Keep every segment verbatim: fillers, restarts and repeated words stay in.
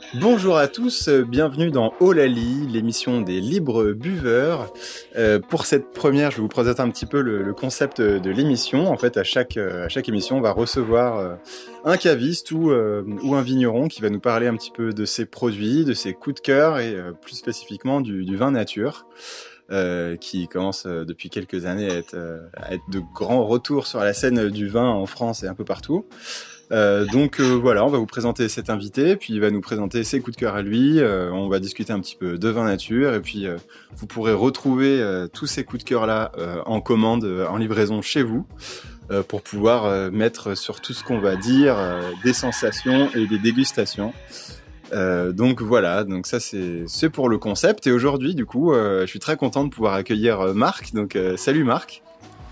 Bonjour à tous, euh, bienvenue dans Oh Lali, l'émission des libres buveurs. Euh, pour cette première, je vais vous présenter un petit peu le, le concept de l'émission. En fait, à chaque, euh, à chaque émission, on va recevoir euh, un caviste ou, euh, ou un vigneron qui va nous parler un petit peu de ses produits, de ses coups de cœur et euh, plus spécifiquement du, du vin nature. Euh, qui commence euh, depuis quelques années à être, euh, à être de grands retours sur la scène du vin en France et un peu partout. Euh, donc euh, voilà, on va vous présenter cet invité, puis il va nous présenter ses coups de cœur à lui. Euh, on va discuter un petit peu de vin nature, et puis euh, vous pourrez retrouver euh, tous ces coups de cœur là euh, en commande, euh, en livraison chez vous, euh, pour pouvoir euh, mettre sur tout ce qu'on va dire euh, des sensations et des dégustations. Euh, donc voilà, donc ça c'est c'est pour le concept. Et aujourd'hui, du coup, euh, je suis très content de pouvoir accueillir euh, Marc. Donc euh, salut Marc.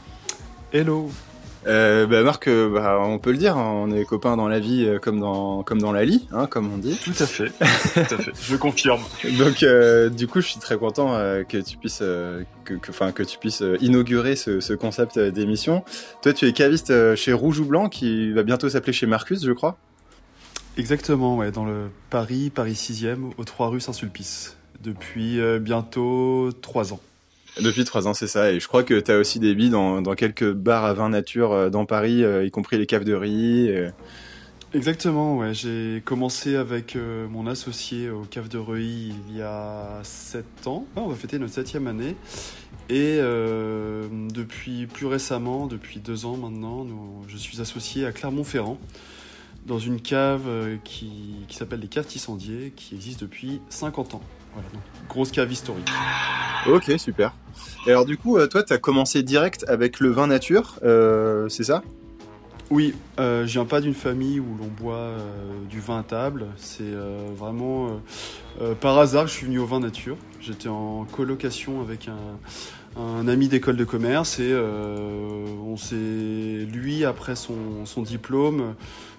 Hello. Euh, bah Marc, euh, bah, on peut le dire, hein, on est copains dans la vie euh, comme dans comme dans la lie, hein, comme on dit. Tout à fait. Tout à fait. Je confirme. Donc euh, du coup, je suis très content euh, que tu puisses euh, que enfin que, que tu puisses euh, inaugurer ce, ce concept euh, d'émission. Toi, tu es caviste euh, chez Rouge ou Blanc, qui va bientôt s'appeler chez Marcus, je crois. Exactement, ouais, dans le Paris, Paris sixième, aux trois rue Saint-Sulpice, depuis euh, bientôt trois ans. Depuis trois ans, c'est ça. Et je crois que tu as aussi des billes dans, dans quelques bars à vin nature euh, dans Paris, euh, y compris les caves de riz. Et... Exactement, ouais. J'ai commencé avec euh, mon associé au Cave de Reuilly il y a sept ans. Ah, on va fêter notre septième année. Et euh, depuis plus récemment, depuis deux ans maintenant, nous, je suis associé à Clermont-Ferrand, dans une cave euh, qui, qui s'appelle les Caves Tissandier, qui existe depuis cinquante ans. Voilà, donc grosse cave historique. Ok, super. Et alors du coup, euh, toi, tu as commencé direct avec le vin nature, euh, c'est ça ? Oui, euh, je viens pas d'une famille où l'on boit euh, du vin à table. C'est euh, vraiment euh, euh, par hasard que je suis venu au vin nature. J'étais en colocation avec un, un ami d'école de commerce et euh, on s'est, lui, après son, son diplôme,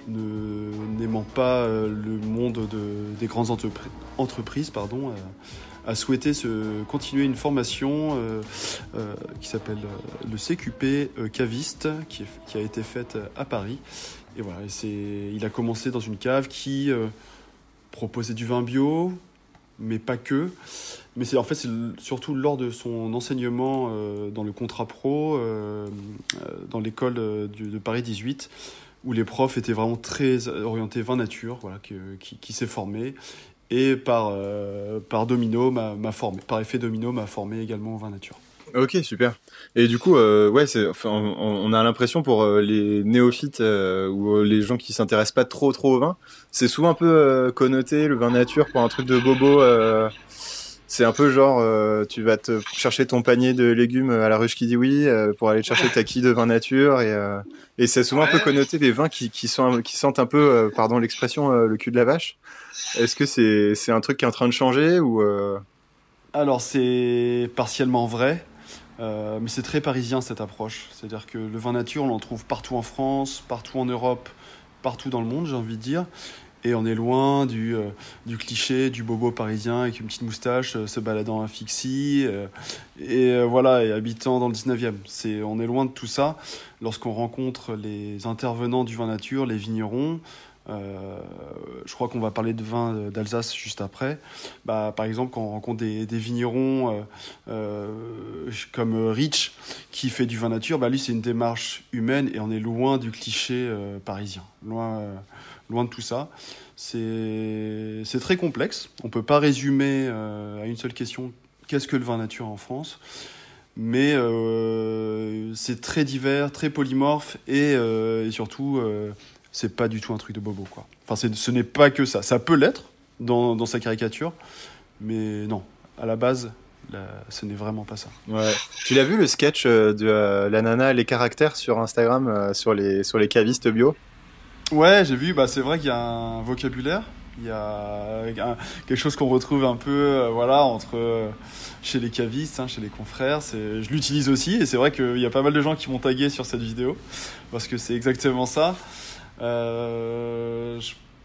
ne, n'aimant pas euh, le monde de, des grandes entreprises, entreprises pardon, euh, a souhaité se continuer une formation euh, euh, qui s'appelle euh, le C Q P euh, caviste, qui, est, qui a été faite à Paris. Et voilà, et c'est, il a commencé dans une cave qui euh, proposait du vin bio, mais pas que. Mais c'est, en fait, c'est surtout lors de son enseignement euh, dans le contrat pro, euh, dans l'école de, de Paris dix-huit, où les profs étaient vraiment très orientés vin nature, voilà, qui, qui, qui s'est formé. Et par, euh, par domino, m'a, m'a formé. Par effet domino, m'a formé également au vin nature. Ok, super. Et du coup, euh, ouais, c'est, enfin, on, on a l'impression pour euh, les néophytes euh, ou euh, les gens qui s'intéressent pas trop trop au vin, c'est souvent un peu euh, connoté le vin nature pour un truc de bobo. Euh, c'est un peu genre, euh, tu vas te chercher ton panier de légumes à la ruche qui dit oui euh, pour aller te chercher ta quille de vin nature et euh, et c'est souvent ouais. un peu connoté des vins qui qui sont qui sentent un peu, euh, pardon l'expression, euh, le cul de la vache. Est-ce que c'est c'est un truc qui est en train de changer ou euh... Alors c'est partiellement vrai. Euh, mais c'est très parisien cette approche, c'est-à-dire que le vin nature on l'en trouve partout en France, partout en Europe, partout dans le monde j'ai envie de dire, et on est loin du, euh, du cliché du bobo parisien avec une petite moustache euh, se baladant à Fixie euh, et euh, voilà, et habitant dans le dix-neuvième. C'est, on est loin de tout ça. Lorsqu'on rencontre les intervenants du vin nature, les vignerons, Euh, je crois qu'on va parler de vin d'Alsace juste après. Bah, par exemple, quand on rencontre des, des vignerons euh, euh, comme Rich qui fait du vin nature, bah, lui c'est une démarche humaine et on est loin du cliché euh, parisien, loin, euh, loin de tout ça. C'est, c'est très complexe. On peut pas résumer euh, à une seule question qu'est-ce que le vin nature en France. Mais euh, c'est très divers, très polymorphe et, euh, et surtout euh, c'est pas du tout un truc de bobo, quoi. Enfin, c'est, ce n'est pas que ça. Ça peut l'être dans, dans sa caricature, mais non, à la base, là, ce n'est vraiment pas ça. Ouais. Tu l'as vu le sketch de euh, la nana les caractères sur Instagram euh, sur les sur les cavistes bio? Ouais, j'ai vu. Bah, c'est vrai qu'il y a un vocabulaire. Il y a un, quelque chose qu'on retrouve un peu, euh, voilà, entre euh, chez les cavistes, hein, chez les confrères. C'est, je l'utilise aussi, et c'est vrai qu'il y a pas mal de gens qui m'ont tagué sur cette vidéo parce que c'est exactement ça. Euh, je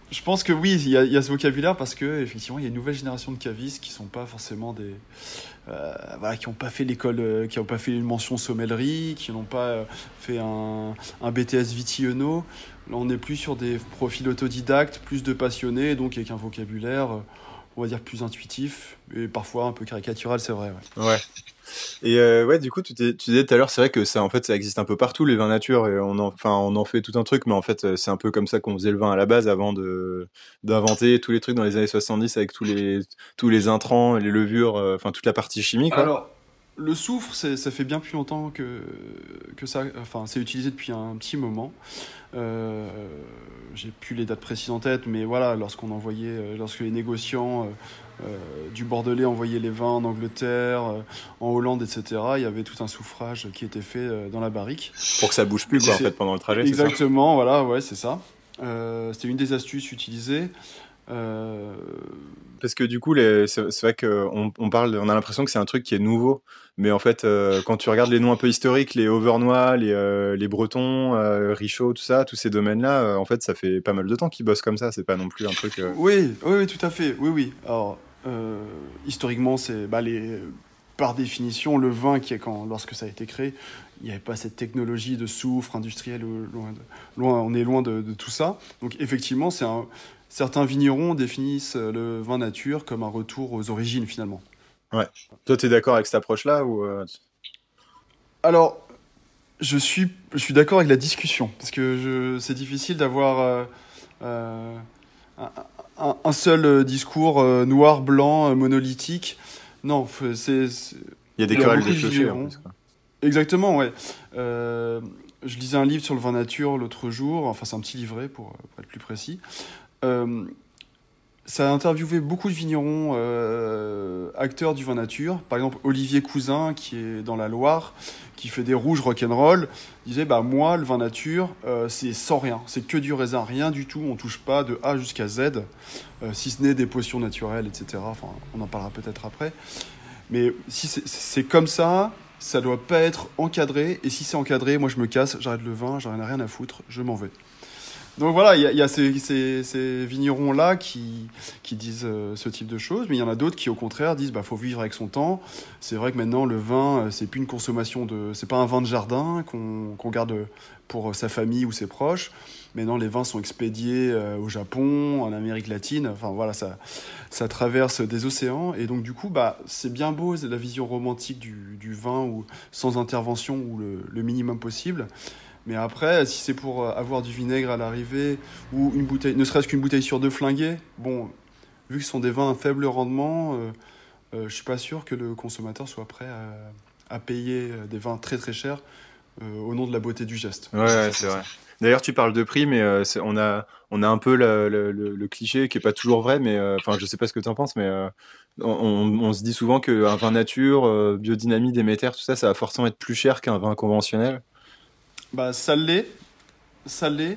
Je pense que oui, il y, a, il y a ce vocabulaire parce que effectivement, il y a une nouvelle génération de cavistes qui sont pas forcément des, euh, voilà, qui n'ont pas fait l'école, euh, qui n'ont pas fait une mention sommellerie, qui n'ont pas euh, fait un, un B T S Viti-Eno. Là, on est plus sur des profils autodidactes, plus de passionnés, donc avec un vocabulaire, euh, on va dire plus intuitif et parfois un peu caricatural, c'est vrai. Ouais. ouais. Et euh, ouais, du coup, tu, tu disais tout à l'heure, c'est vrai que ça, en fait, ça existe un peu partout, les vins nature, et on en, enfin, on en fait tout un truc, mais en fait, c'est un peu comme ça qu'on faisait le vin à la base avant de d'inventer tous les trucs dans les années soixante-dix avec tous les tous les intrants, les levures, enfin euh, toute la partie chimie, quoi. Alors, le soufre, c'est, ça fait bien plus longtemps que, que ça. Enfin, c'est utilisé depuis un petit moment. Euh, j'ai plus les dates précises en tête, mais voilà, lorsqu'on envoyait, lorsque les négociants euh, euh, du Bordelais envoyaient les vins en Angleterre, euh, en Hollande, et cetera, il y avait tout un soufrage qui était fait euh, dans la barrique. Pour que ça bouge plus, quoi, en fait, pendant le trajet. Exactement, c'est ça voilà, ouais, c'est ça. Euh, c'était une des astuces utilisées. Euh... Parce que du coup, les, c'est, c'est vrai qu'on on parle, on a l'impression que c'est un truc qui est nouveau, mais en fait, euh, quand tu regardes les noms un peu historiques, les Auvergnois, les, euh, les Bretons, euh, Richaud, tout ça, tous ces domaines-là, euh, en fait, ça fait pas mal de temps qu'ils bossent comme ça. C'est pas non plus un truc. Euh... Oui, oui, oui, tout à fait. Oui, oui. Alors, euh, historiquement, c'est bah, les, par définition le vin qui est quand, lorsque ça a été créé, il n'y avait pas cette technologie de soufre industriel, loin, de, loin on est loin de, de tout ça. Donc effectivement, c'est un, certains vignerons définissent le vin nature comme un retour aux origines finalement. Ouais. Toi, tu es d'accord avec cette approche-là ou euh... Alors, je suis, je suis d'accord avec la discussion parce que je, c'est difficile d'avoir euh, euh, un, un, un seul discours euh, noir, blanc, euh, monolithique. Non, c'est, c'est... il y a des querelles de clochers en plus, quoi. Exactement, ouais. Euh, je lisais un livre sur le vin nature l'autre jour, enfin c'est un petit livret pour, pour être plus précis. Euh, ça a interviewé beaucoup de vignerons euh, acteurs du vin nature. Par exemple, Olivier Cousin, qui est dans la Loire, qui fait des rouges rock'n'roll, disait bah, moi, le vin nature, euh, c'est sans rien. C'est que du raisin, rien du tout. On touche pas de A jusqu'à Z, euh, si ce n'est des potions naturelles, et cetera. Enfin, on en parlera peut-être après. Mais si c'est, c'est comme ça, ça doit pas être encadré. Et si c'est encadré, moi, je me casse, j'arrête le vin, j'en ai rien à foutre, je m'en vais. Donc voilà, il y a, y a ces, ces, ces vignerons-là qui, qui disent euh, ce type de choses, mais il y en a d'autres qui, au contraire, disent bah faut vivre avec son temps. C'est vrai que maintenant, le vin, c'est plus une consommation de, c'est pas un vin de jardin qu'on, qu'on garde pour sa famille ou ses proches. Maintenant, les vins sont expédiés euh, au Japon, en Amérique latine. Enfin voilà, ça, ça traverse des océans, et donc du coup, bah c'est bien beau, c'est la vision romantique du, du vin où sans intervention ou le, le minimum possible. Mais après, si c'est pour avoir du vinaigre à l'arrivée, ou une bouteille, ne serait-ce qu'une bouteille sur deux flinguée, bon, vu que ce sont des vins à faible rendement, euh, euh, je suis pas sûr que le consommateur soit prêt à, à payer des vins très très chers euh, au nom de la beauté du geste. Ouais, ouais c'est vrai. D'ailleurs, tu parles de prix, mais euh, c'est, on, a, on a un peu le, le, le, le cliché qui est pas toujours vrai, mais enfin, euh, je sais pas ce que tu en penses, mais euh, on, on se dit souvent qu'un vin nature, euh, biodynamie, Déméter, tout ça, ça va forcément être plus cher qu'un vin conventionnel. Bah, ça l'est, ça l'est.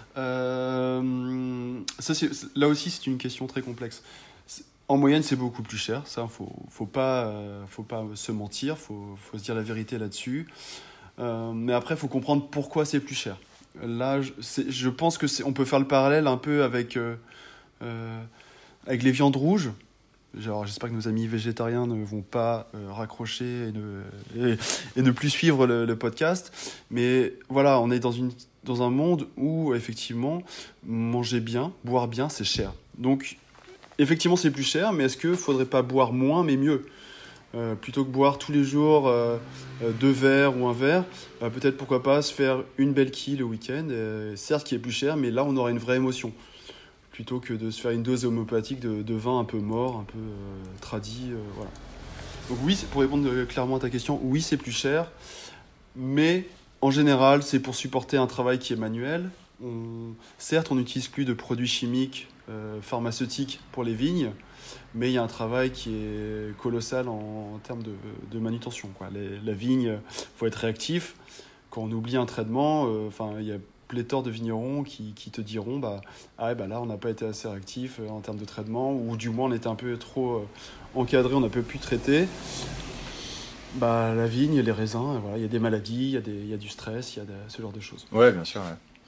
Euh, ça, c'est, là aussi, c'est une question très complexe. En moyenne, c'est beaucoup plus cher. Ça, faut, faut pas, euh, faut pas se mentir. Faut, faut se dire la vérité là-dessus. Euh, mais après, faut comprendre pourquoi c'est plus cher. Là, je, c'est, je pense que c'est, on peut faire le parallèle un peu avec, euh, euh, avec les viandes rouges. Genre, j'espère que nos amis végétariens ne vont pas euh, raccrocher et ne, et, et ne plus suivre le, le podcast. Mais voilà, on est dans, une, dans un monde où, effectivement, manger bien, boire bien, c'est cher. Donc, effectivement, c'est plus cher, mais est-ce qu'il ne faudrait pas boire moins, mais mieux ? euh, Plutôt que boire tous les jours euh, deux verres ou un verre, bah, peut-être pourquoi pas se faire une belle quille le week-end. Euh, certes, qui est plus cher, mais là, on aura une vraie émotion. Plutôt que de se faire une dose homéopathique de, de vin un peu mort, un peu euh, tradit, euh, voilà. Donc oui, pour répondre clairement à ta question, oui, c'est plus cher, mais en général, c'est pour supporter un travail qui est manuel. On, certes, on n'utilise plus de produits chimiques, euh, pharmaceutiques pour les vignes, mais il y a un travail qui est colossal en, en termes de, de manutention, quoi. Les, la vigne, il faut être réactif. Quand on oublie un traitement, enfin, euh, il y a pléthore de vignerons qui, qui te diront bah, ah ouais, bah là on n'a pas été assez réactif euh, en termes de traitement, ou du moins on était un peu trop euh, encadré, on n'a pas pu traiter. Bah, la vigne, les raisins, voilà, il y a des maladies, il y a, des, il y a du stress, il y a de, ce genre de choses. Ouais, bien sûr. Ouais.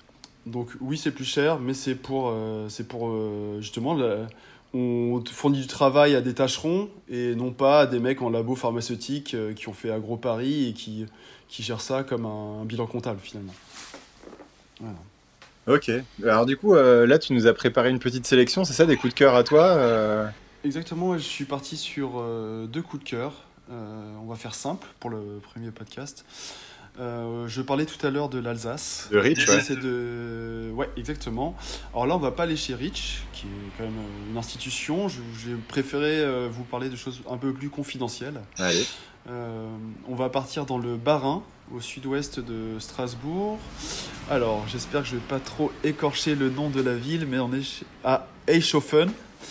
Donc oui, c'est plus cher, mais c'est pour, euh, c'est pour euh, justement, la- on fournit du travail à des tâcherons et non pas à des mecs en labo pharmaceutique euh, qui ont fait un gros pari et qui, qui gèrent ça comme un, un bilan comptable finalement. Voilà. Ok. Alors du coup, euh, là, tu nous as préparé une petite sélection, c'est ça, des coups de cœur à toi euh Exactement, je suis parti sur euh, deux coups de cœur. Euh, on va faire simple pour le premier podcast. Euh, je parlais tout à l'heure de l'Alsace. De Rich, L'idée, ouais. c'est de... Ouais, exactement. Alors là, on va pas aller chez Rich, qui est quand même une institution. Je- J'ai préféré euh, vous parler de choses un peu plus confidentielles. Allez. Euh, on va partir dans le Bas-Rhin, au sud-ouest de Strasbourg. Alors, j'espère que je vais pas trop écorcher le nom de la ville, mais on est chez... à Eichhofen,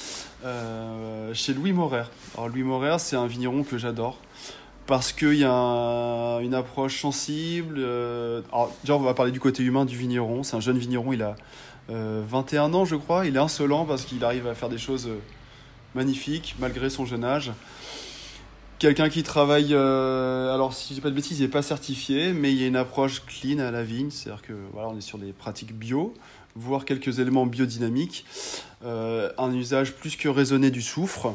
euh, chez Louis Maurer. Alors, Louis Maurer, c'est un vigneron que j'adore. Parce qu'il y a un- une approche sensible. euh, Alors, déjà, on va parler du côté humain du vigneron. C'est un jeune vigneron, il a euh, vingt et un ans, je crois. Il est insolent parce qu'il arrive à faire des choses euh, magnifiques, malgré son jeune âge. Quelqu'un qui travaille, euh, alors si je dis pas de bêtises, il n'est pas certifié, mais il y a une approche clean à la vigne. C'est-à-dire que voilà, on est sur des pratiques bio, voire quelques éléments biodynamiques. Euh, un usage plus que raisonné du soufre.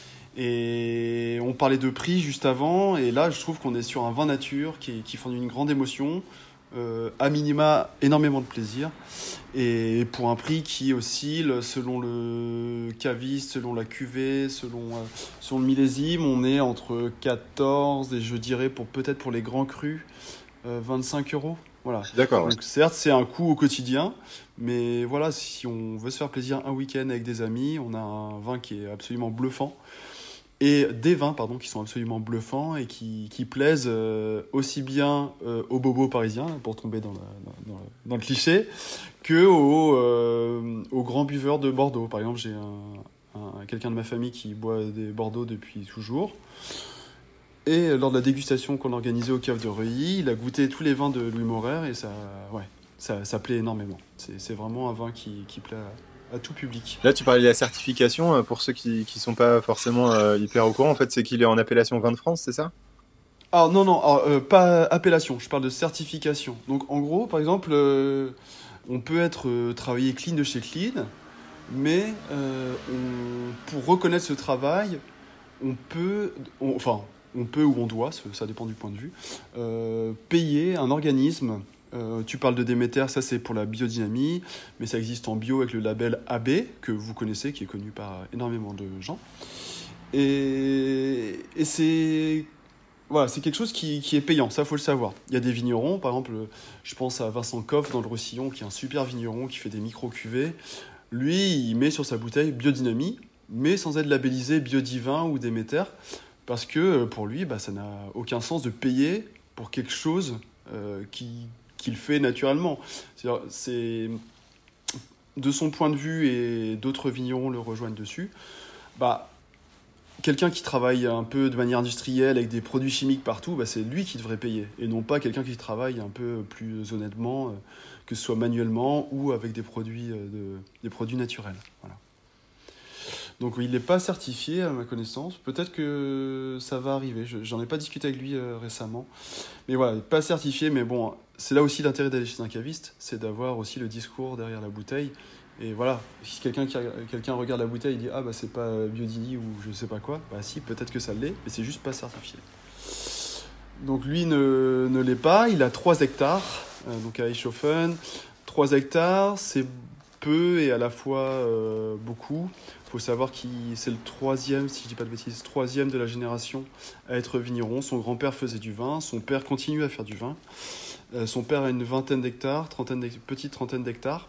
Et on parlait de prix juste avant, et là je trouve qu'on est sur un vin nature qui, qui fournit une grande émotion, euh, à minima énormément de plaisir, et pour un prix qui oscille selon le caviste, selon la cuvée, selon, euh, selon le millésime. On est entre quatorze et je dirais pour peut-être pour les grands crus, euh, vingt-cinq euros. Voilà. D'accord, ouais. Donc certes c'est un coût au quotidien, mais voilà, si on veut se faire plaisir un week-end avec des amis, on a un vin qui est absolument bluffant. Et des vins pardon, qui sont absolument bluffants et qui, qui plaisent euh, aussi bien euh, aux bobos parisiens, pour tomber dans, la, dans, dans le, dans le cliché, que aux, euh, aux grands buveurs de Bordeaux. Par exemple, j'ai un, un, quelqu'un de ma famille qui boit des Bordeaux depuis toujours. Et lors de la dégustation qu'on a organisée au Cave de Reuilly, il a goûté tous les vins de Louis Maurer et ça, ouais, ça, ça plaît énormément. C'est, c'est vraiment un vin qui, qui plaît à, à tout public. Là, tu parlais de la certification, euh, pour ceux qui qui sont pas forcément euh, hyper au courant, en fait, c'est qu'il est en appellation vin de France, c'est ça? Alors non, non, alors, euh, pas appellation, je parle de certification. Donc en gros, par exemple, euh, on peut être euh, travaillé clean de chez Clean, mais euh, on- pour reconnaître ce travail, on peut, on- enfin, on peut ou on doit, ça ça dépend du point de vue, euh, payer un organisme. Euh, tu parles de Déméter, ça c'est pour la biodynamie, mais ça existe en bio avec le label A B, que vous connaissez, qui est connu par énormément de gens. Et, et c'est voilà, c'est quelque chose qui, qui est payant, ça faut le savoir. Il y a des vignerons, par exemple, je pense à Vincent Coff dans le Roussillon, qui est un super vigneron qui fait des micro-cuvées. Lui, il met sur sa bouteille biodynamie, mais sans être labellisé biodivin ou Déméter, parce que euh, pour lui, bah, ça n'a aucun sens de payer pour quelque chose euh, qui, qu'il fait naturellement. C'est-à-dire, c'est, de son point de vue, et d'autres vignerons le rejoignent dessus, bah, quelqu'un qui travaille un peu de manière industrielle avec des produits chimiques partout, bah, c'est lui qui devrait payer, et non pas quelqu'un qui travaille un peu plus honnêtement, euh, que ce soit manuellement ou avec des produits, euh, de, des produits naturels. Voilà. Donc il n'est pas certifié à ma connaissance. Peut-être que ça va arriver. Je, j'en ai pas discuté avec lui euh, récemment. Mais voilà, il n'est pas certifié. Mais bon, c'est là aussi l'intérêt d'aller chez un caviste, c'est d'avoir aussi le discours derrière la bouteille. Et voilà, si quelqu'un, qui, quelqu'un regarde la bouteille et dit « Ah, bah c'est pas Biodini ou je sais pas quoi », bah si, peut-être que ça l'est, mais c'est juste pas certifié. Donc lui ne, ne l'est pas. Il a trois hectares, euh, donc à Eichhofen. trois hectares, c'est peu et à la fois euh, beaucoup. Il faut savoir que c'est le troisième, si je dis pas de bêtises, troisième de la génération à être vigneron. Son grand-père faisait du vin, son père continue à faire du vin. Euh, son père a une vingtaine d'hectares, trentaine d'hectares, petite trentaine d'hectares.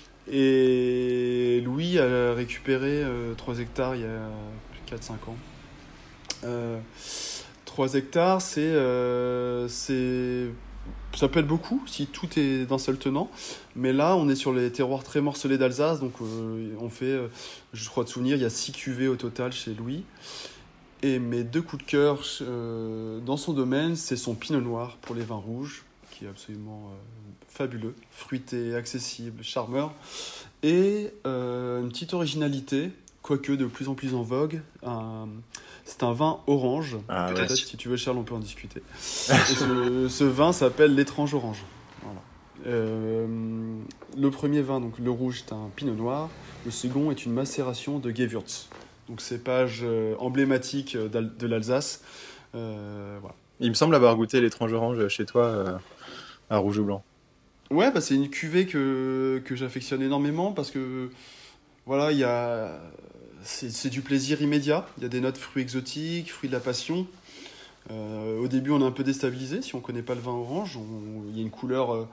Et Louis a récupéré euh, trois hectares il y a quatre cinq ans. Euh, trois hectares, c'est, euh, c'est... ça peut être beaucoup si tout est d'un seul tenant, mais là on est sur les terroirs très morcelés d'Alsace, donc euh, on fait, euh, je crois de souvenir, il y a six cuvées au total chez Louis. Et mes deux coups de cœur euh, dans son domaine, c'est son pinot noir pour les vins rouges, qui est absolument euh, fabuleux, fruité, accessible, charmeur, et euh, une petite originalité, quoique de plus en plus en vogue, un... c'est un vin orange. Ah, Peut-être ouais. si tu veux Charles, on peut en discuter. Et ce, ce vin s'appelle l'étrange orange. Voilà. Euh, le premier vin, donc le rouge, c'est un pinot noir. Le second est une macération de Gewürz. Donc cépage euh, emblématique de l'Alsace. Euh, voilà. Il me semble avoir goûté l'étrange orange chez toi euh, à rouge ou blanc. Ouais, bah c'est une cuvée que, que j'affectionne énormément parce que voilà, il y a c'est, c'est du plaisir immédiat. Il y a des notes fruits exotiques, fruits de la passion. Euh, au début, on est un peu déstabilisé si on connaît pas le vin orange. On- Il y a une couleur euh,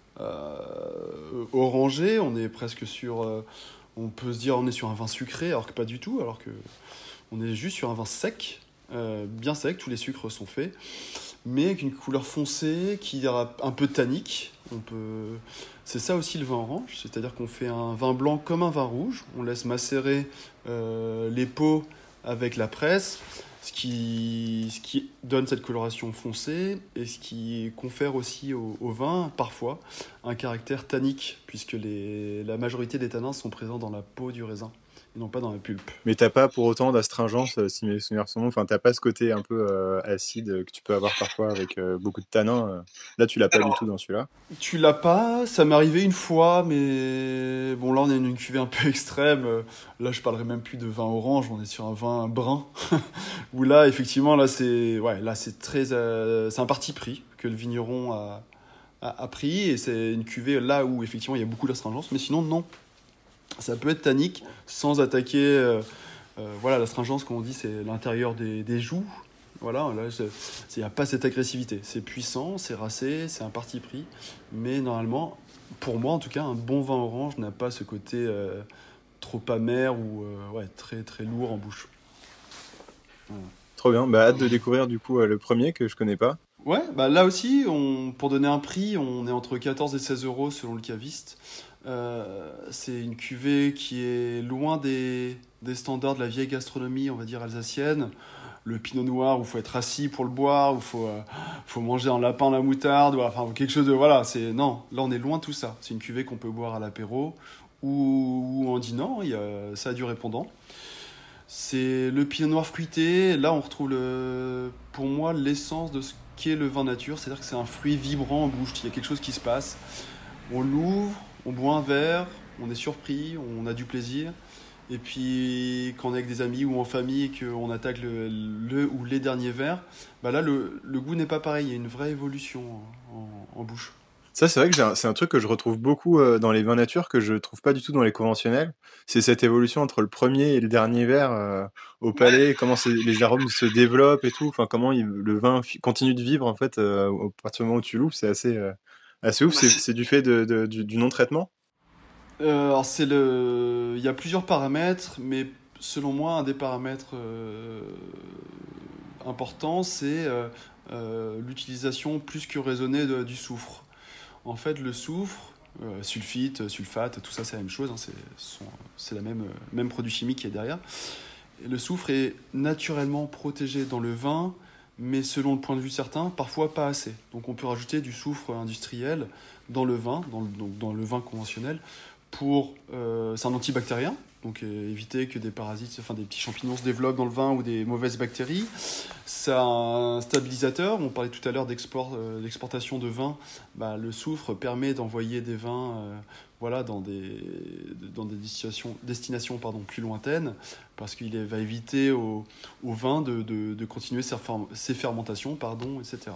euh, orangée. On est presque sur, euh, on peut se dire, on est sur un vin sucré, alors que pas du tout. Alors que on est juste sur un vin sec, euh, bien sec. Tous les sucres sont faits, mais avec une couleur foncée qui est un peu tannique. On peut... C'est ça aussi le vin orange, c'est-à-dire qu'on fait un vin blanc comme un vin rouge. On laisse macérer euh, les peaux avec la presse, ce qui, ce qui donne cette coloration foncée et ce qui confère aussi au, au vin, parfois, un caractère tannique, puisque les, la majorité des tanins sont présents dans la peau du raisin et non pas dans la pulpe. Mais t'as pas pour autant d'astringence, euh, si mes souvenirs sont bons. Enfin, t'as pas ce côté un peu euh, acide euh, que tu peux avoir parfois avec euh, beaucoup de tanins. euh. Là, tu l'as pas du tout dans celui-là. Tu l'as pas, ça m'est arrivé une fois, mais bon, là on est dans une cuvée un peu extrême. Euh, Là, je parlerai même plus de vin orange, on est sur un vin brun. Où là, effectivement, là c'est, ouais, là c'est très, euh, c'est un parti pris que le vigneron a, a, a pris, et c'est une cuvée là où effectivement il y a beaucoup d'astringence, mais sinon non, ça peut être tannique sans attaquer. Euh, euh, voilà, l'astringence, comme on dit, c'est l'intérieur des, des joues. Voilà, là, il n'y a pas cette agressivité. C'est puissant, c'est racé, c'est un parti pris. Mais normalement, pour moi en tout cas, un bon vin orange n'a pas ce côté euh, trop amer ou euh, ouais, très, très lourd en bouche. Voilà. Trop bien. Bah, hâte de découvrir du coup euh, le premier que je connais pas. Ouais, bah là aussi, on, pour donner un prix, on est entre quatorze et seize euros selon le caviste. Euh, c'est une cuvée qui est loin des, des standards de la vieille gastronomie, on va dire, alsacienne. Le pinot noir où il faut être assis pour le boire, où il faut, euh, faut manger un lapin à la moutarde, ou, enfin quelque chose de... Voilà, c'est, non, là on est loin de tout ça. C'est une cuvée qu'on peut boire à l'apéro ou, ou en dînant, il y a, ça a du répondant. C'est le pinot noir fruité. Là, on retrouve, le, pour moi, l'essence de ce qu'est le vin nature. C'est-à-dire que c'est un fruit vibrant en bouche. Il y a quelque chose qui se passe. On l'ouvre, on boit un verre, on est surpris, on a du plaisir. Et puis, quand on est avec des amis ou en famille et qu'on attaque le, le ou les derniers verres, bah là, le, le goût n'est pas pareil. Il y a une vraie évolution en, en, en bouche. Ça, c'est vrai que j'ai un- c'est un truc que je retrouve beaucoup euh, dans les vins nature que je trouve pas du tout dans les conventionnels. C'est cette évolution entre le premier et le dernier verre euh, au palais, comment c'est- les arômes se développent et tout. Enfin, comment il- le vin fi- continue de vivre en fait euh, au partir du moment où tu l'ouvres, c'est assez euh, assez ouf. C'est c'est du fait de, de- du, du non-traitement. Euh, alors c'est le... Il y a plusieurs paramètres, mais selon moi, un des paramètres euh, importants, c'est euh, euh, l'utilisation plus que raisonnée de- du soufre. En fait, le soufre, euh, sulfite, sulfate, tout ça, c'est la même chose, hein, c'est sont- c'est la même, euh, même produit chimique qui est derrière. Et le soufre est naturellement protégé dans le vin, mais selon le point de vue certain, parfois pas assez. Donc on peut rajouter du soufre industriel dans le vin, dans le, donc dans le vin conventionnel, pour euh, c'est un antibactérien, donc euh, éviter que des parasites, enfin des petits champignons se développent dans le vin ou des mauvaises bactéries. C'est un stabilisateur. On parlait tout à l'heure d'export, euh, d'exportation de vin. Bah, le soufre permet d'envoyer des vins, euh, voilà, dans des dans des destinations, destinations pardon, plus lointaines, parce qu'il va éviter au, au vin de, de, de continuer ses, ferm- ses fermentations, pardon, et cetera.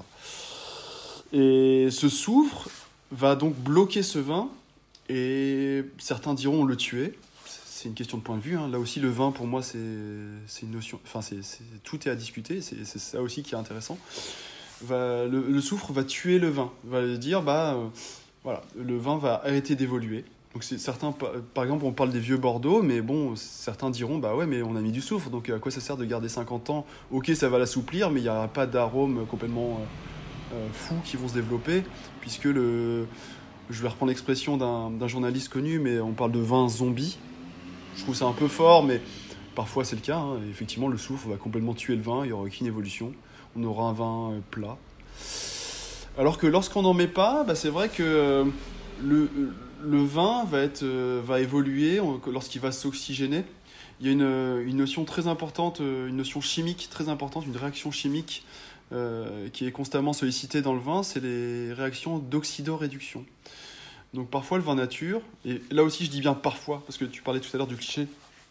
Et ce soufre va donc bloquer ce vin. Et certains diront le tuer. C'est une question de point de vue. Hein. Là aussi, le vin, pour moi, c'est, c'est une notion. Enfin, c'est, c'est, tout est à discuter. C'est, c'est ça aussi qui est intéressant. Va, le, le soufre va tuer le vin. Va dire, bah, euh, voilà, le vin va arrêter d'évoluer. Donc, c'est certains, par, par exemple, on parle des vieux Bordeaux, mais bon, certains diront, bah ouais, mais on a mis du soufre, donc à quoi ça sert de garder cinquante ans? Ok, ça va l'assouplir, mais il n'y aura pas d'arômes complètement euh, euh, fous qui vont se développer, puisque le je vais reprendre l'expression d'un, d'un journaliste connu, mais on parle de vin zombie. Je trouve ça un peu fort, mais parfois c'est le cas. Hein. Effectivement, le soufre va complètement tuer le vin, il n'y aura aucune évolution. On aura un vin euh, plat. Alors que lorsqu'on n'en met pas, bah, c'est vrai que euh, le, le vin va, être, euh, va évoluer on, lorsqu'il va s'oxygéner. Il y a une, une notion très importante, une notion chimique très importante, une réaction chimique euh, qui est constamment sollicité dans le vin, c'est les réactions d'oxydoréduction. Donc parfois le vin nature, et là aussi je dis bien parfois, parce que tu parlais tout à l'heure du cliché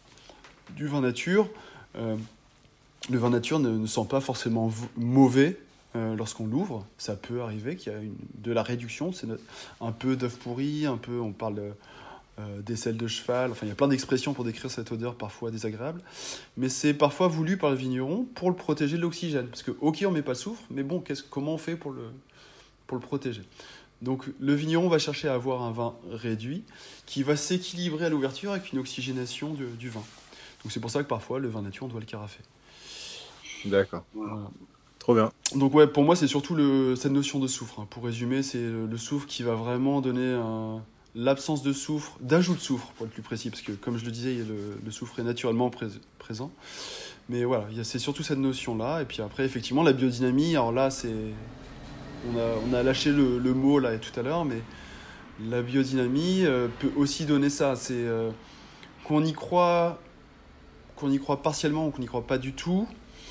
du vin nature, euh, le vin nature ne, ne sent pas forcément v- mauvais euh, lorsqu'on l'ouvre. Ça peut arriver qu'il y a une, de la réduction, c'est notre, un peu d'œuf pourri, un peu, on parle euh, d'aisselle de cheval, enfin il y a plein d'expressions pour décrire cette odeur parfois désagréable, mais c'est parfois voulu par le vigneron pour le protéger de l'oxygène, parce que ok on met pas le soufre, mais bon, qu'est-ce, comment on fait pour le, pour le protéger? Donc le vigneron va chercher à avoir un vin réduit qui va s'équilibrer à l'ouverture avec une oxygénation du, du vin. Donc c'est pour ça que parfois le vin nature on doit le carafer. D'accord. Voilà. Trop bien. Donc ouais, pour moi c'est surtout le, cette notion de soufre. Hein. Pour résumer, c'est le, le soufre qui va vraiment donner un, l'absence de soufre, d'ajout de soufre pour être plus précis, parce que comme je le disais, le, le soufre est naturellement pré- présent. Mais voilà, il y a, c'est surtout cette notion-là. Et puis après, effectivement, la biodynamie, alors là c'est... On a, on a lâché le, le mot là tout à l'heure, mais la biodynamie euh, peut aussi donner ça. C'est euh, qu'on y croit, qu'on y croit partiellement ou qu'on n'y croit pas du tout.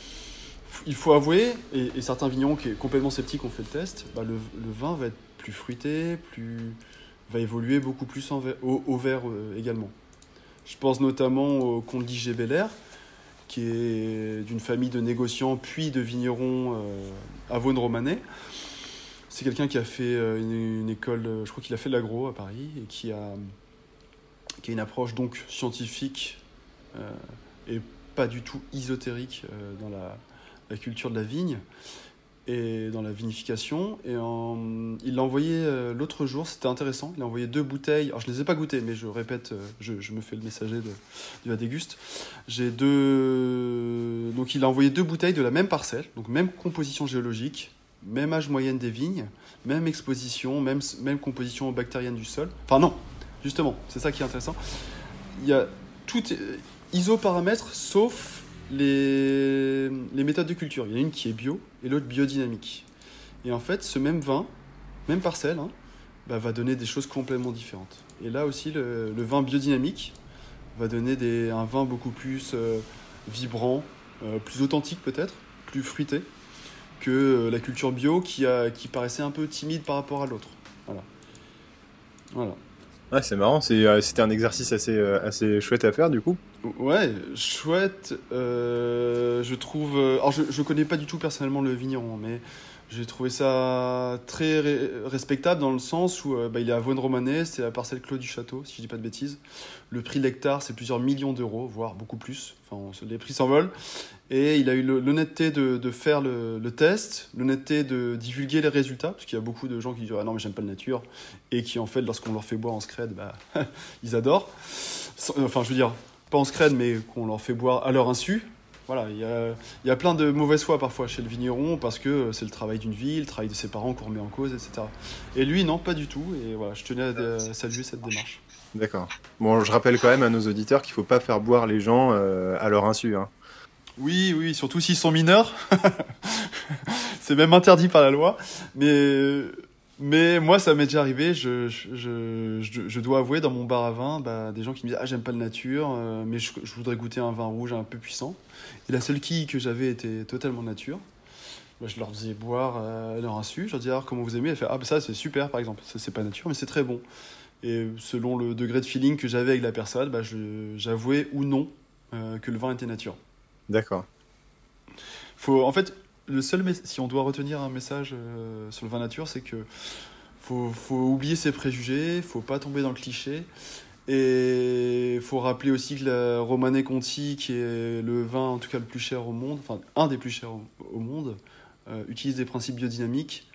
Il faut avouer, et, et certains vignerons qui sont complètement sceptiques ont fait le test, bah le, le vin va être plus fruité, plus, va évoluer beaucoup plus en ver, au, au vert euh, également. Je pense notamment au comte Guy Gébelaire, qui est d'une famille de négociants puis de vignerons euh, à Vaune-Romanée. C'est quelqu'un qui a fait une, une école, je crois qu'il a fait de l'agro à Paris, et qui a, qui a une approche donc scientifique euh, et pas du tout ésotérique euh, dans la, la culture de la vigne et dans la vinification. Et en, il l'a envoyé euh, l'autre jour, c'était intéressant, il a envoyé deux bouteilles, alors je ne les ai pas goûtées, mais je répète, euh, je, je me fais le messager de, de la déguste. J'ai deux... Donc il a envoyé deux bouteilles de la même parcelle, donc même composition géologique, même âge moyenne des vignes, même exposition, même, même composition bactérienne du sol. Enfin non, justement, c'est ça qui est intéressant. Il y a tout isoparamètres sauf les, les méthodes de culture. Il y en a une qui est bio et l'autre biodynamique. Et en fait, ce même vin, même parcelle, hein, bah, va donner des choses complètement différentes. Et là aussi, le, le vin biodynamique va donner des, un vin beaucoup plus euh, vibrant, euh, plus authentique peut-être, plus fruité, que la culture bio qui, a, qui paraissait un peu timide par rapport à l'autre. Voilà. Voilà. Ouais, c'est marrant, c'est, euh, c'était un exercice assez, euh, assez chouette à faire du coup. Ouais, chouette. Euh, je trouve. Alors, je ne connais pas du tout personnellement le vigneron, mais j'ai trouvé ça très ré- respectable dans le sens où euh, bah, il est à Vaune-Romanée, c'est la parcelle Clos du Château, si je dis pas de bêtises. Le prix de l'hectare, c'est plusieurs millions d'euros, voire beaucoup plus. Enfin, on, les prix s'envolent. Et il a eu le, l'honnêteté de, de faire le, le test, l'honnêteté de divulguer les résultats, parce qu'il y a beaucoup de gens qui disent ah non mais j'aime pas la nature, et qui en fait lorsqu'on leur fait boire en scred, bah ils adorent. Enfin je veux dire pas en scred, mais qu'on leur fait boire à leur insu. Voilà, il y a, il y a plein de mauvaises foi parfois chez le vigneron parce que c'est le travail d'une vie, le travail de ses parents qu'on remet en cause, et cetera. Et lui, non, pas du tout. Et voilà, je tenais à, à saluer cette démarche. D'accord. Bon, je rappelle quand même à nos auditeurs qu'il ne faut pas faire boire les gens euh, à leur insu. Hein. Oui, oui, surtout s'ils sont mineurs. C'est même interdit par la loi. Mais, mais moi, ça m'est déjà arrivé. Je, je, je, je, je dois avouer, dans mon bar à vin, bah, des gens qui me disent « Ah, j'aime pas la nature, euh, mais je, je voudrais goûter un vin rouge un peu puissant. » Et la seule quille que j'avais était totalement nature. Bah, je leur faisais boire à leur insu. Je leur disais alors comment vous aimez. Elle fait ah bah ça c'est super par exemple. Ça c'est pas nature mais c'est très bon. Et selon le degré de feeling que j'avais avec la personne, bah, je, j'avouais ou non euh, que le vin était nature. D'accord. Faut en fait le seul mes- si on doit retenir un message euh, sur le vin nature, c'est que faut faut oublier ses préjugés, faut pas tomber dans le cliché. Et il faut rappeler aussi que la Romanée Conti, qui est le vin en tout cas le plus cher au monde, enfin un des plus chers au, au monde, euh, utilise des principes biodynamiques.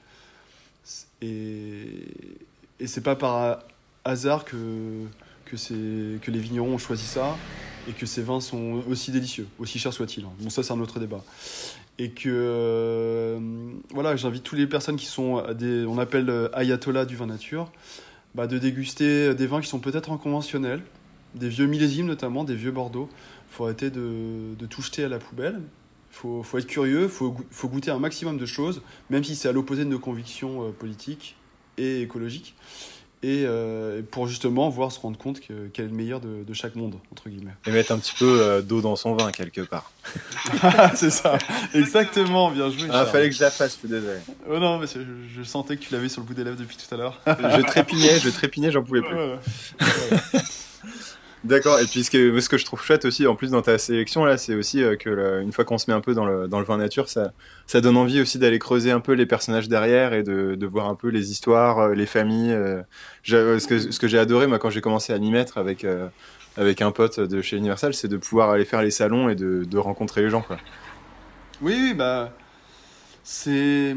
Et, et c'est pas par hasard que, que, c'est, que les vignerons ont choisi ça et que ces vins sont aussi délicieux, aussi chers soient-ils. Bon, ça c'est un autre débat. Et que euh, voilà, j'invite toutes les personnes qui sont à des, on appelle ayatollahs du vin nature, bah, de déguster des vins qui sont peut-être en conventionnel, des vieux millésimes notamment, des vieux Bordeaux. Il faut arrêter de, de tout jeter à la poubelle. Il faut, faut être curieux, il faut, faut goûter un maximum de choses, même si c'est à l'opposé de nos convictions euh, politiques et écologiques. et euh, pour justement voir se rendre compte que, quel est le meilleur de, de chaque monde, entre guillemets. Et mettre un petit peu euh, d'eau dans son vin, quelque part. C'est ça, exactement, bien joué. Ah, fallait que je la fasse, je suis désolé. Oh non, mais je, je sentais que tu l'avais sur le bout des lèvres depuis tout à l'heure. Je trépignais, je trépignais, j'en pouvais plus. Ouais, ouais. D'accord, et puis ce que, ce que je trouve chouette aussi, en plus dans ta sélection, là, c'est aussi euh, que là, une fois qu'on se met un peu dans le, dans le vin nature, ça, ça donne envie aussi d'aller creuser un peu les personnages derrière et de, de voir un peu les histoires, euh, les familles. Euh, j'ai- ce que, ce que j'ai adoré, moi, quand j'ai commencé à m'y mettre avec, euh, avec un pote de chez Universal, c'est de pouvoir aller faire les salons et de, de rencontrer les gens, quoi. Oui, oui, bah, c'est.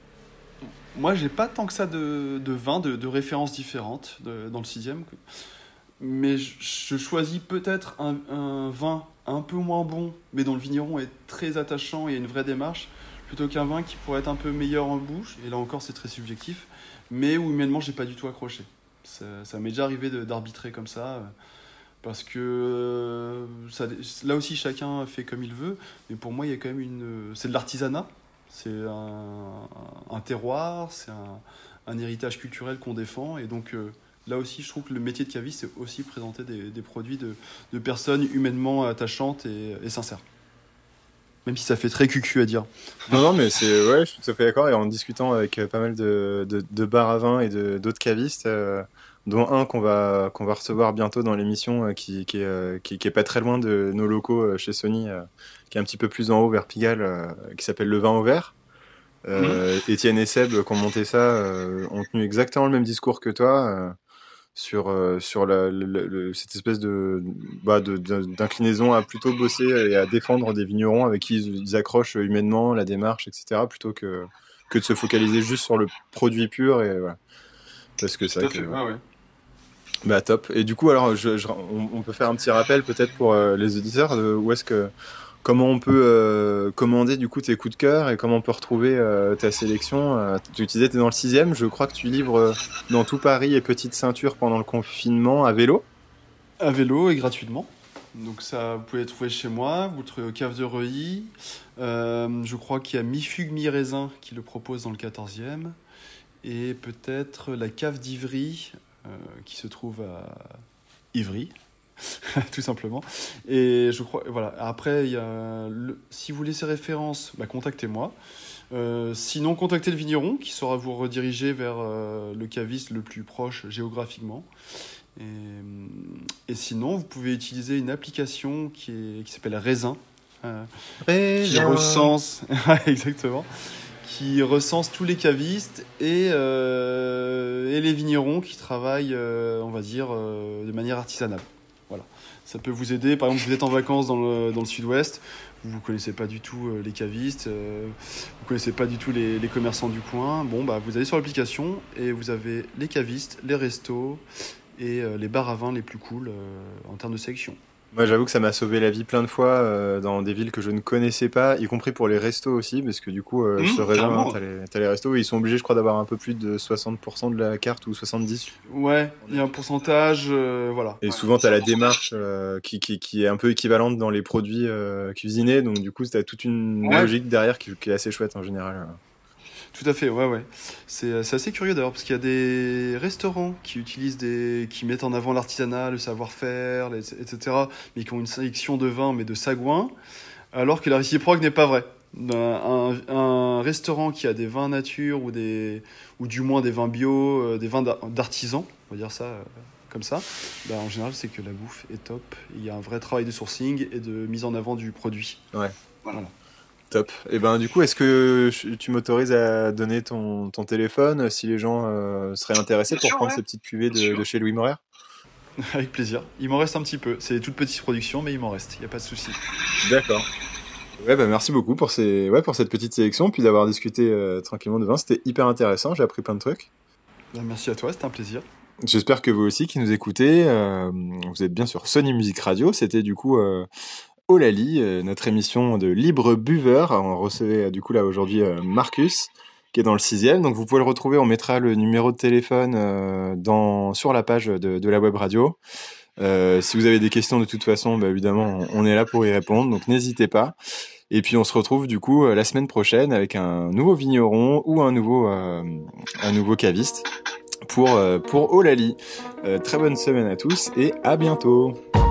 Moi, j'ai pas tant que ça de, de vins, de, de références différentes de- dans le sixième. Mais je, je choisis peut-être un, un vin un peu moins bon, mais dont le vigneron est très attachant et a une vraie démarche, plutôt qu'un vin qui pourrait être un peu meilleur en bouche. Et là encore, c'est très subjectif, mais où humainement, j'ai pas du tout accroché. Ça, ça m'est déjà arrivé de- d'arbitrer comme ça, euh, parce que euh, ça, là aussi, chacun fait comme il veut. Mais pour moi, il y a quand même une. C'est de l'artisanat, c'est un, un terroir, c'est un, un héritage culturel qu'on défend, et donc. euh, Là aussi, je trouve que le métier de caviste, c'est aussi présenter des, des produits de, de personnes humainement attachantes et, et sincères. Même si ça fait très cucu à dire. Non, non, mais c'est, ouais, je suis tout à fait d'accord. Et en discutant avec euh, pas mal de, de, de bars à vin et de, d'autres cavistes, euh, dont un qu'on va, qu'on va recevoir bientôt dans l'émission, euh, qui, qui, est, euh, qui, qui est pas très loin de nos locaux euh, chez Sony, euh, qui est un petit peu plus en haut vers Pigalle, euh, qui s'appelle Le Vin au Vert. Euh, Étienne et Seb, qui ont monté ça, euh, ont tenu exactement le même discours que toi. euh, sur, euh, sur la, le- le- cette espèce de, bah, de, de- d'inclinaison à plutôt bosser et à défendre des vignerons avec qui ils, ils accrochent humainement la démarche, et cetera, plutôt que, que de se focaliser juste sur le produit pur. Et, voilà. Parce que c'est Tout vrai à que. fait, ouais, ouais. Bah, top. Et du coup, alors, je, je- on, on peut faire un petit rappel peut-être pour euh, les auditeurs de où est-ce que. Comment on peut euh, commander du coup tes coups de cœur et comment on peut retrouver euh, ta sélection. Euh, tu disais tu es dans le sixième, je crois que tu livres euh, dans tout Paris et Petite Ceinture pendant le confinement à vélo. À vélo et gratuitement. Donc ça, vous pouvez le trouver chez moi, vous le trouvez au Cave de Reuilly. Euh, je crois qu'il y a Mi-Fugue, Mi-Raisin qui le propose dans le quatorzième. Et peut-être la Cave d'Ivry, euh, qui se trouve à Ivry, tout simplement. Et je crois, voilà. Après, il y a le- si vous voulez ces références, bah, contactez-moi. Euh, sinon, contactez le vigneron qui saura vous rediriger vers euh, le caviste le plus proche géographiquement. Et, et sinon, vous pouvez utiliser une application qui, est, qui s'appelle Raisin, euh, qui Raisin. recense, exactement, qui recense tous les cavistes et, euh, et les vignerons qui travaillent, euh, on va dire, euh, de manière artisanale. Voilà. Ça peut vous aider. Par exemple, vous êtes en vacances dans le, dans le sud-ouest, vous ne connaissez pas du tout euh, les cavistes, euh, vous ne connaissez pas du tout les, les commerçants du coin. Bon, bah, vous allez sur l'application et vous avez les cavistes, les restos et euh, les bars à vin les plus cool euh, en termes de sélection. Moi, j'avoue que ça m'a sauvé la vie plein de fois euh, dans des villes que je ne connaissais pas, y compris pour les restos aussi, parce que du coup, euh, Mmh, ce raisin, carrément. t'as les, t'as les restos, et ils sont obligés, je crois, d'avoir un peu plus de soixante pour cent de la carte ou soixante-dix. Ouais, il y a un pourcentage, euh, voilà. Et souvent, tu as la démarche euh, qui, qui, qui est un peu équivalente dans les produits euh, cuisinés. Donc, du coup, tu as toute une Ouais. logique derrière qui, qui est assez chouette en général. Tout à fait, ouais, ouais. C'est, c'est assez curieux d'ailleurs, parce qu'il y a des restaurants qui utilisent des, qui mettent en avant l'artisanat, le savoir-faire, les- et cetera, mais qui ont une sélection de vins, mais de sagouins, alors que la réciproque n'est pas vraie. Un, un- un restaurant qui a des vins nature ou des, ou du moins des vins bio, euh, des vins d'ar- d'artisans, on va dire ça euh, comme ça, bah, en général, c'est que la bouffe est top. Il y a un vrai travail de sourcing et de mise en avant du produit. Ouais. Voilà. Top. Et ben, du coup, est-ce que je- tu m'autorises à donner ton, ton téléphone si les gens euh, seraient intéressés Bien pour sûr, prendre ouais. ces petites cuvées Bien de, sûr. de chez Louis Morer? Avec plaisir. Il m'en reste un petit peu. C'est toute petite production, mais il m'en reste. Il n'y a pas de souci. D'accord. Ouais, bah, merci beaucoup pour, ces, ouais, pour cette petite sélection, puis d'avoir discuté euh, tranquillement de vin. C'était hyper intéressant, j'ai appris plein de trucs. Ben, merci à toi, c'était un plaisir. J'espère que vous aussi qui nous écoutez, euh, vous êtes bien sur Sony Music Radio. C'était du coup euh, Olali, euh, notre émission de libre buveur. On recevait euh, du coup là aujourd'hui euh, Marcus, qui est dans le sixième. Donc vous pouvez le retrouver, on mettra le numéro de téléphone euh, dans, sur la page de, de la web radio. Euh, si vous avez des questions de toute façon, bah, évidemment, on, on est là pour y répondre, donc n'hésitez pas. Et puis on se retrouve du coup euh, la semaine prochaine avec un nouveau vigneron ou un nouveau, euh, un nouveau caviste. pour, euh, pour Eulalie. Euh, très bonne semaine à tous et à bientôt.